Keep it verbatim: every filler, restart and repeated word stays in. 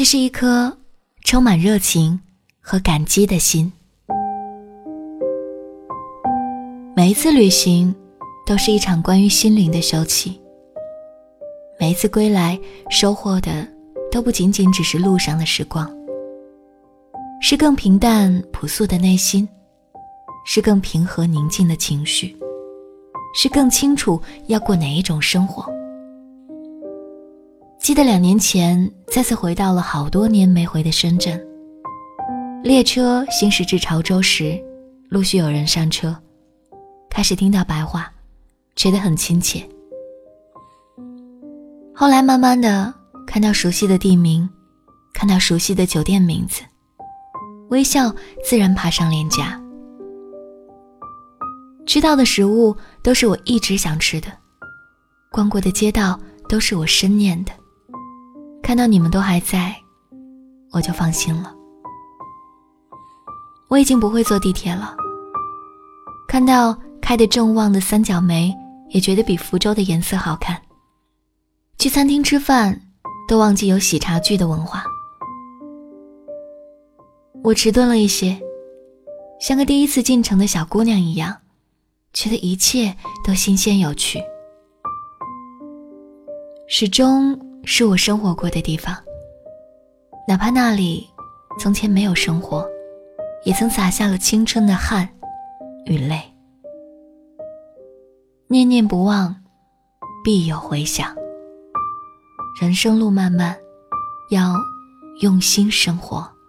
这是一颗充满热情和感激的心。每一次旅行都是一场关于心灵的休憩，每一次归来收获的都不仅仅只是路上的时光，是更平淡朴素的内心，是更平和宁静的情绪，是更清楚要过哪一种生活。记得两年前再次回到了好多年没回的深圳，列车行驶至潮州时，陆续有人上车，开始听到白话，觉得很亲切。后来慢慢的看到熟悉的地名，看到熟悉的酒店名字，微笑自然爬上脸颊。吃到的食物都是我一直想吃的，逛过的街道都是我深念的，看到你们都还在，我就放心了。我已经不会坐地铁了，看到开得正旺的三角梅，也觉得比福州的颜色好看。去餐厅吃饭都忘记有喜茶具的文化。我迟钝了一些，像个第一次进城的小姑娘一样，觉得一切都新鲜有趣。始终是我生活过的地方，哪怕那里从前没有生活，也曾洒下了青春的汗与泪。念念不忘，必有回响。人生路漫漫，要用心生活。